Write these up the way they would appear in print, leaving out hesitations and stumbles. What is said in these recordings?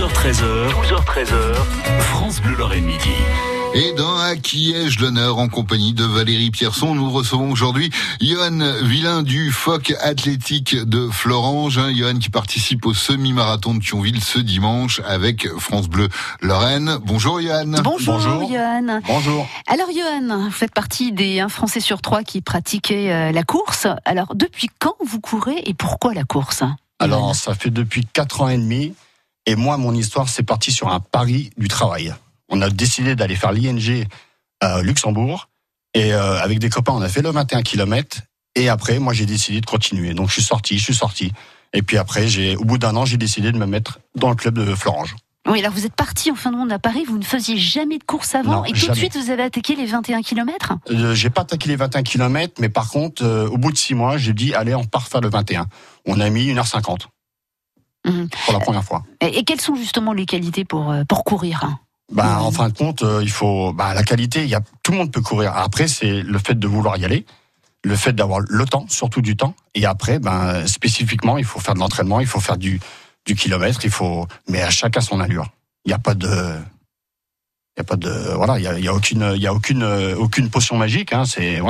12h13h, 12h13h, France Bleu Lorraine midi. Et dans À qui ai-je l'honneur, en compagnie de Valérie Pierson, nous recevons aujourd'hui Johan Villain du Phoque Athlétique de Fleuranges. Johan qui participe au semi-marathon de Thionville ce dimanche avec France Bleu Lorraine. Bonjour Johan. Bonjour Johan. Bonjour. Alors Johan, vous faites partie des 1 Français sur 3 qui pratiquaient la course. Alors depuis quand vous courez et pourquoi la course? Alors ça fait depuis 4 ans et demi. Et moi, mon histoire, c'est parti sur un pari du travail. On a décidé d'aller faire l'ING à Luxembourg. Et avec des copains, on a fait le 21 km. Et après, moi, j'ai décidé de continuer. Donc, je suis sorti. Et puis après, au bout d'1 an, j'ai décidé de me mettre dans le club de Fleuranges. Oui, alors vous êtes parti en fin de monde à Paris. Vous ne faisiez jamais de course avant. Non, et tout jamais. de suite, vous avez attaqué les 21 km. J'ai pas attaqué les 21 km. Mais par contre, au bout de 6 mois, j'ai dit, allez, on part faire le 21. On a mis 1h50 pour la première fois. Et quelles sont justement les qualités pour courir? En fin de compte, il faut la qualité. Tout le monde peut courir. Après, c'est le fait de vouloir y aller, le fait d'avoir le temps, surtout du temps. Et après, spécifiquement, il faut faire de l'entraînement, il faut faire du kilomètre, mais à chacun son allure. Il y a aucune potion magique. C'est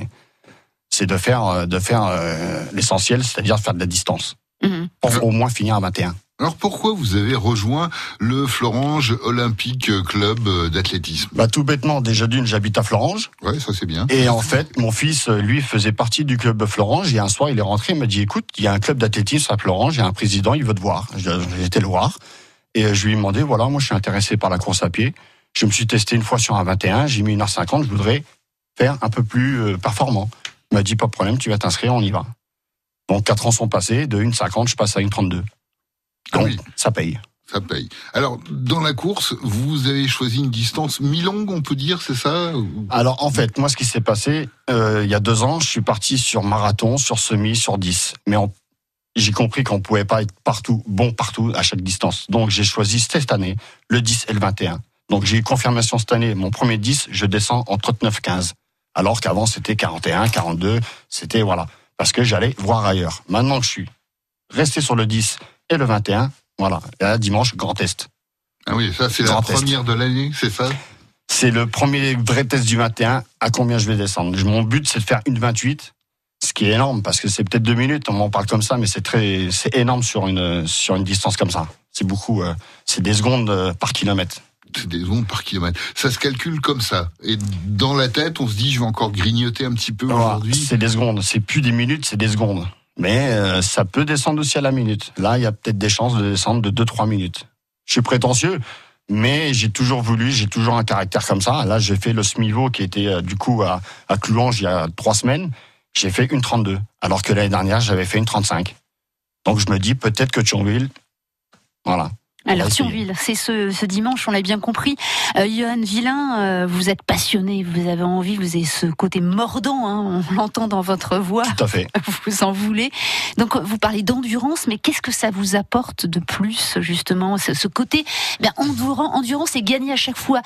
de faire l'essentiel, c'est-à-dire faire de la distance. Pour au moins finir à 21. Alors pourquoi vous avez rejoint le Fleuranges Olympique Club d'athlétisme? Tout bêtement, déjà d'une, j'habite à Fleuranges. Ouais, ça c'est bien. Et en fait, mon fils, lui, faisait partie du club de Fleuranges. Et un soir, il est rentré, il m'a dit, écoute, il y a un club d'athlétisme à Fleuranges, il y a un président, il veut te voir. J'ai été le voir. Et je lui ai demandé, voilà, moi je suis intéressé par la course à pied. Je me suis testé une fois sur un 21, j'ai mis 1h50, je voudrais faire un peu plus performant. Il m'a dit, pas de problème, tu vas t'inscrire, on y va. Donc 4 ans sont passés, de 1h50, je passe à 1h32. Donc, oui. Ça paye. Ça paye. Alors, dans la course, vous avez choisi une distance mi-longue, on peut dire, c'est ça? Alors, en fait, moi, ce qui s'est passé, il y a 2 ans, je suis parti sur marathon, sur semi, sur 10. Mais j'ai compris qu'on pouvait pas être bon partout, à chaque distance. Donc, j'ai choisi cette année, le 10 et le 21. Donc, j'ai eu confirmation cette année. Mon premier 10, je descends en 39-15. Alors qu'avant, c'était 41, 42. C'était, voilà. Parce que j'allais voir ailleurs. Maintenant que je suis resté sur le 10 et le 21, voilà. Et là, dimanche, Grand Test. Ah oui, ça c'est la première de l'année, c'est ça? C'est le premier vrai test du 21, à combien je vais descendre. Mon but, c'est de faire 1,28, ce qui est énorme, parce que c'est peut-être 2 minutes, on m'en parle comme ça, mais c'est énorme sur une distance comme ça. C'est beaucoup, c'est des secondes par kilomètre. C'est des secondes par kilomètre. Ça se calcule comme ça. Et dans la tête, on se dit, je vais encore grignoter un petit peu aujourd'hui. C'est des secondes. C'est plus des minutes, c'est des secondes. Mais ça peut descendre aussi à la minute. Là, il y a peut-être des chances de descendre de 2-3 minutes. Je suis prétentieux, mais j'ai toujours un caractère comme ça. Là, j'ai fait le SMIVO qui était du coup à Clouanges il y a 3 semaines. J'ai fait 1,32, alors que l'année dernière, j'avais fait 1,35. Donc je me dis peut-être que Thionville, voilà. Alors Thionville, c'est ce dimanche, on l'a bien compris. Johan Villain, vous êtes passionné, vous avez envie, vous avez ce côté mordant, on l'entend dans votre voix. Tout à fait. Vous en voulez. Donc vous parlez d'endurance, mais qu'est-ce que ça vous apporte de plus, justement, ce côté endurance et gagner à chaque fois,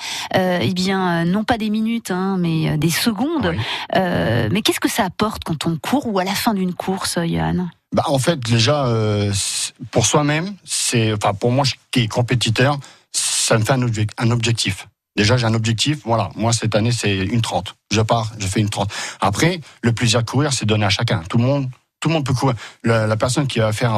non pas des minutes, mais des secondes. Oui. Mais qu'est-ce que ça apporte quand on court ou à la fin d'une course, Johan? En fait, déjà, pour soi-même, pour moi qui est compétiteur, ça me fait un objectif. Déjà, j'ai un objectif. Voilà, moi cette année, c'est 1,30. Je pars, je fais 1,30. Après, le plaisir de courir, c'est donné à chacun. Tout le monde peut courir. La personne qui va faire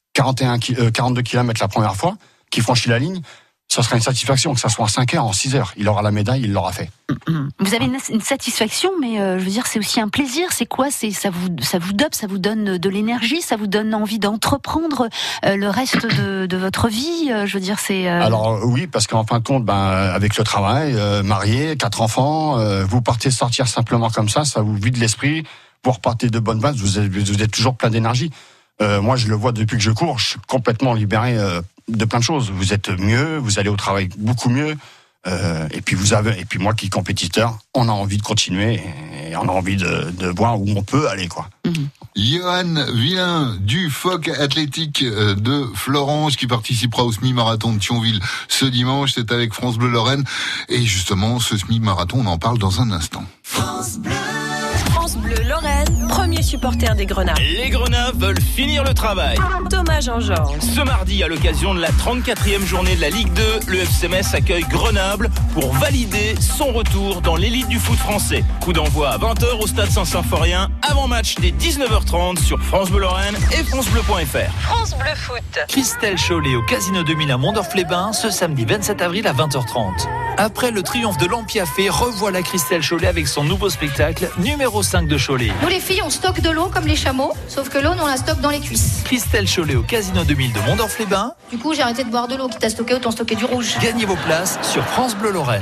42 km la première fois, qui franchit la ligne, ça sera une satisfaction, que ça soit en 5 heures, en 6 heures. Il aura la médaille, il l'aura fait. Vous avez une satisfaction, mais je veux dire, c'est aussi un plaisir. C'est quoi? Ça vous dope, ça vous donne de l'énergie, ça vous donne envie d'entreprendre le reste de votre vie. Je veux dire, c'est. Alors oui, parce qu'en fin de compte, avec le travail, marié, 4 enfants, vous partez sortir simplement comme ça vous vide l'esprit. Vous repartez de bonne base, vous êtes toujours plein d'énergie. Moi, je le vois depuis que je cours, je suis complètement libéré de plein de choses. Vous êtes mieux, vous allez au travail beaucoup mieux. Et puis moi qui est compétiteur, on a envie de continuer et on a envie de voir où on peut aller, quoi. Johan Villain du Phoque Athlétique de Fleuranges qui participera au semi-marathon de Thionville ce dimanche. C'est avec France Bleu Lorraine. Et justement, ce semi-marathon, on en parle dans un instant. France Bleu Lorraine, premier les supporters des Grenats. Les Grenats veulent finir le travail. Thomas Jean-Georges. Ce mardi, à l'occasion de la 34e journée de la Ligue 2, le FC Metz accueille Grenoble pour valider son retour dans l'élite du foot français. Coup d'envoi à 20h au stade Saint-Symphorien, avant-match dès 19h30 sur France Bleu Lorraine et francebleu.fr. France Bleu Foot. Christelle Chollet au Casino 2000 à Mondorf-les-Bains ce samedi 27 avril à 20h30. Après le triomphe de l'Ampiafé, revoilà Christelle Chollet avec son nouveau spectacle numéro 5 de Chollet. Nous les filles, on stocke de l'eau comme les chameaux, sauf que l'eau, nous, on la stocke dans les cuisses. Christelle Chollet au Casino 2000 de Mondorf-les-Bains. Du coup, j'ai arrêté de boire de l'eau, quitte à stocker, autant stocker du rouge. Gagnez vos places sur France Bleu Lorraine.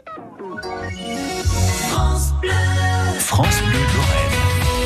France Bleu Lorraine.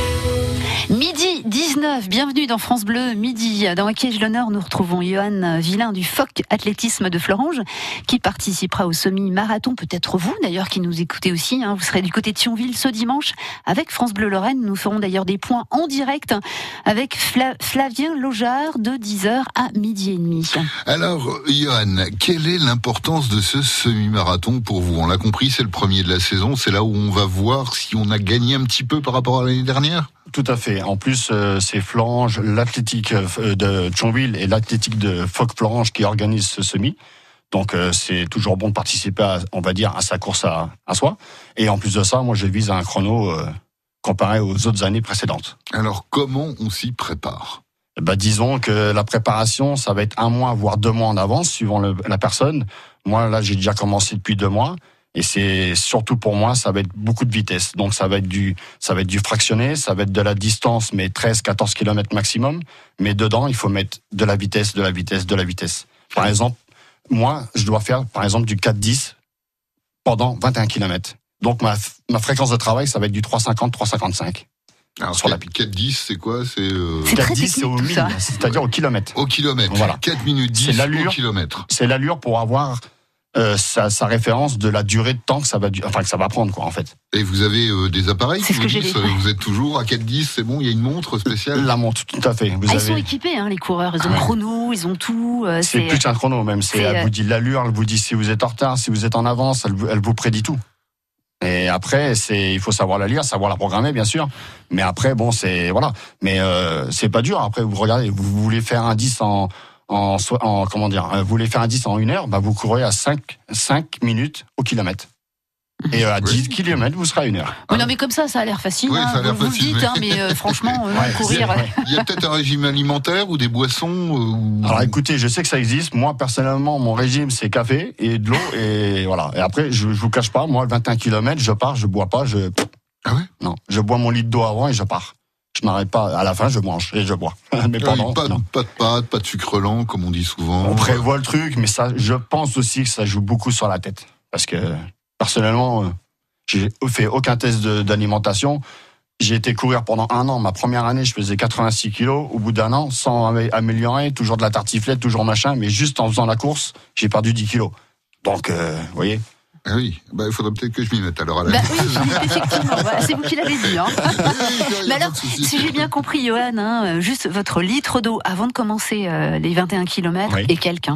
Midi 19, bienvenue dans France Bleu Midi. Dans Acquiesce l'honneur, nous retrouvons Johan Villain du FOC Athlétisme de Florange qui participera au semi-marathon. Peut-être vous d'ailleurs qui nous écoutez aussi. Vous serez du côté de Thionville ce dimanche avec France Bleu Lorraine. Nous ferons d'ailleurs des points en direct avec Flavien Lojard de 10h à midi et demi. Alors, Johan, quelle est l'importance de ce semi-marathon pour vous ? On l'a compris, c'est le premier de la saison. C'est là où on va voir si on a gagné un petit peu par rapport à l'année dernière ? Tout à fait. En plus, c'est Florange, l'athlétique de Thionville et l'athlétique de Foc-Florange qui organisent ce semi. Donc, c'est toujours bon de participer, à sa course à soi. Et en plus de ça, moi, je vise un chrono comparé aux autres années précédentes. Alors, comment on s'y prépare ? Disons que la préparation, ça va être 1 mois, voire 2 mois en avance, suivant la personne. Moi, là, j'ai déjà commencé depuis 2 mois. Et c'est surtout pour moi, ça va être beaucoup de vitesse. Donc ça va être du fractionné, ça va être de la distance, mais 13-14 km maximum. Mais dedans, il faut mettre de la vitesse. Par exemple, moi, je dois faire, du 4-10 pendant 21 km. Donc ma fréquence de travail, ça va être du 3,50-3,55. Alors, sur la 4-10, c'est quoi ? C'est très 4-10, c'est au technique, tout mille, ça. c'est-à-dire au kilomètre. Au kilomètre. Voilà. 4 minutes 10 C'est l'allure. au kilomètre. C'est l'allure pour avoir sa référence de la durée de temps que ça va prendre, quoi, en fait. Et vous avez des appareils C'est qui ce vous que j'ai disent, dit. vous êtes toujours à 4-10, c'est bon, il y a une montre spéciale ? La montre, tout à fait. Ils sont équipés, les coureurs. Ils ont chrono, ils ont tout. C'est plus qu'un chrono, même. Elle vous dit l'allure, elle vous dit si vous êtes en retard, si vous êtes en avance, elle vous prédit tout. Et après, il faut savoir la lire, savoir la programmer, bien sûr. Mais après, bon, voilà. Mais c'est pas dur. Après, vous regardez, vous voulez faire un 10 vous voulez faire un 10 en 1 heure, vous courez à 5 minutes au kilomètre. Et à 10 km, vous serez à 1 heure. Non, mais comme ça a l'air facile. Oui, ça a l'air vous facile, le dites, mais franchement, courir. Il y a peut-être un régime alimentaire ou des boissons Alors écoutez, je sais que ça existe. Moi, personnellement, mon régime, c'est café et de l'eau. Et voilà. Et après, je vous cache pas, moi, 21 km, je pars, je bois pas. Ah ouais ? Non, je bois mon litre d'eau avant et je pars. Je m'arrête pas. À la fin, je mange et je bois. Mais pendant, pas de pâtes, pas de sucre lent, comme on dit souvent. On prévoit le truc, mais ça, je pense aussi que ça joue beaucoup sur la tête. Parce que, personnellement, j'ai fait aucun test d'alimentation. J'ai été courir pendant 1 an. Ma première année, je faisais 86 kilos. Au bout d'1 an, sans améliorer, toujours de la tartiflette, toujours machin, mais juste en faisant la course, j'ai perdu 10 kilos. Donc, vous voyez. Ah oui, il faudrait peut-être que je m'y mette alors à la Oui, effectivement, c'est vous qui l'avez dit. Mais alors, si j'ai bien compris, Johan, juste votre litre d'eau avant de commencer les 21 km et quelques.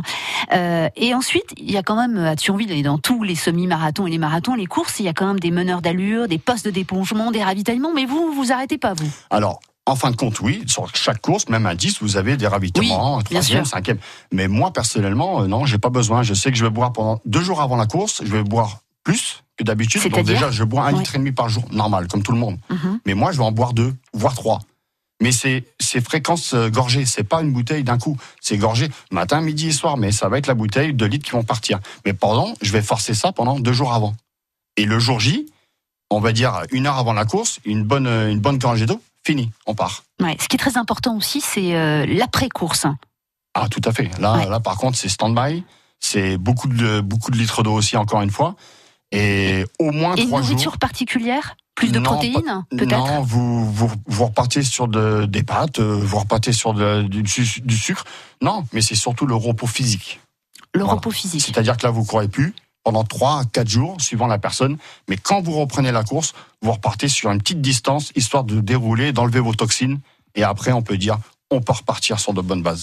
Et ensuite, il y a quand même à Thionville et dans tous les semi-marathons et les marathons, les courses, il y a quand même des meneurs d'allure, des postes de dépongement, des ravitaillements, mais vous arrêtez pas, vous. Alors, en fin de compte, oui, sur chaque course, même à 10, vous avez des ravitaillements, 3e, 5e. Mais moi, personnellement, non, j'ai pas besoin. Je sais que je vais boire pendant 2 jours avant la course, je vais boire plus que d'habitude. Donc déjà, je bois 1,5 litre par jour, normal, comme tout le monde. Mais moi, je vais en boire 2, voire 3. Mais c'est fréquence gorgée, c'est pas une bouteille d'un coup. C'est gorgé matin, midi et soir, mais ça va être la bouteille de litres qui vont partir. Mais je vais forcer ça pendant 2 jours avant. Et le jour J, on va dire 1 heure avant la course, une bonne gorgée d'eau. Fini, on part. Ouais, ce qui est très important aussi, c'est l'après-course. Ah, tout à fait. Là, par contre, c'est stand-by. C'est beaucoup de litres d'eau aussi, encore une fois. Et au moins 3 jours. Et une nourriture particulière ? Plus de protéines, peut-être ? Non, vous repartez sur des pâtes, vous repartez sur du sucre. Non, mais c'est surtout le repos physique. Le repos physique. C'est-à-dire que là, vous courez plus pendant 3 à 4 jours, suivant la personne. Mais quand vous reprenez la course, vous repartez sur une petite distance, histoire de dérouler, d'enlever vos toxines. Et après, on peut dire, on peut repartir sur de bonnes bases.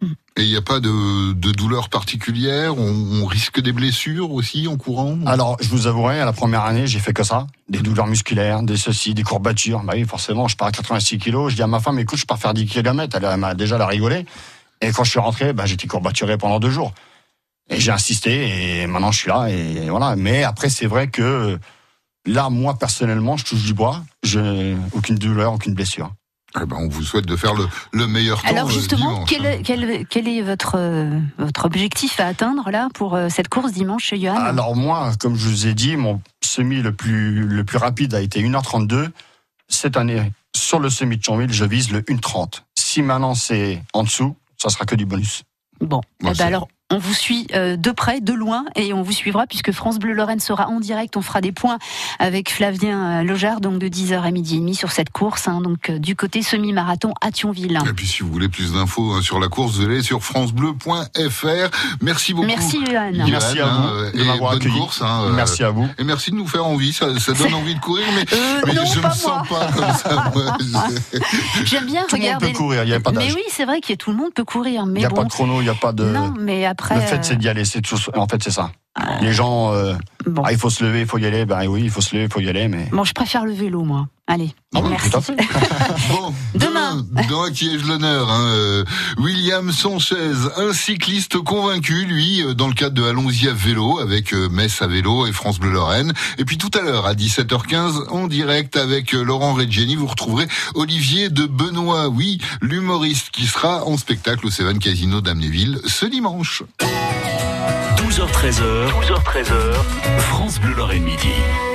Et il n'y a pas de douleur particulière? On risque des blessures aussi en courant? Alors, je vous avouerai, à la première année, j'ai fait que ça. Des douleurs musculaires, des ceci, des courbatures. Bah oui, forcément, je pars à 86 kilos. Je dis à ma femme, écoute, je pars faire 10 km. Elle m'a déjà rigolé. Et quand je suis rentré, j'étais courbaturé pendant 2 jours. Et j'ai insisté, et maintenant je suis là, et voilà. Mais après, c'est vrai que là, moi, personnellement, je touche du bois. J'ai aucune douleur, aucune blessure. On vous souhaite de faire le meilleur temps. Alors justement, dimanche, quel est votre objectif à atteindre là pour cette course dimanche chez Johan? Alors moi, comme je vous ai dit, mon semi le plus rapide a été 1h32. Cette année, sur le semi de Thionville, je vise le 1h30. Si maintenant c'est en dessous, ça sera que du bonus. Bon, alors on vous suit de près, de loin, et on vous suivra puisque France Bleu Lorraine sera en direct. On fera des points avec Flavien Lojard, donc de 10h à 12h30 sur cette course, donc du côté semi-marathon à Thionville. Et puis si vous voulez plus d'infos sur la course, vous allez sur francebleu.fr. Merci beaucoup. Merci Johan. Merci à vous de m'avoir accueilli. Course, merci à vous. Et merci de nous faire envie. Ça donne envie de courir, mais non, je pas me sens pas comme ça. Moi. J'aime bien tout regarder. Tout le monde peut courir, il n'y a pas d'âge. Mais oui, c'est vrai que tout le monde peut courir. Mais il n'y a pas de chrono, il n'y a pas de. Non, mais après. Le fait, c'est d'y aller. C'est tout. En fait, c'est ça. Les gens, il faut se lever, il faut y aller. Oui, il faut se lever, il faut y aller. Mais bon, je préfère le vélo, moi. Allez, merci. Tout à fait. Bon, demain, dans À qui ai-je l'honneur, William Sanchez, un cycliste convaincu, lui, dans le cadre de Allons-y à vélo, avec Metz à vélo et France Bleu Lorraine. Et puis tout à l'heure, à 17h15, en direct avec Laurent Reggiani, vous retrouverez Olivier de Benoît, oui, l'humoriste qui sera en spectacle au Seven Casino d'Amnéville ce dimanche. 12h-13h, France Bleu Lorraine midi.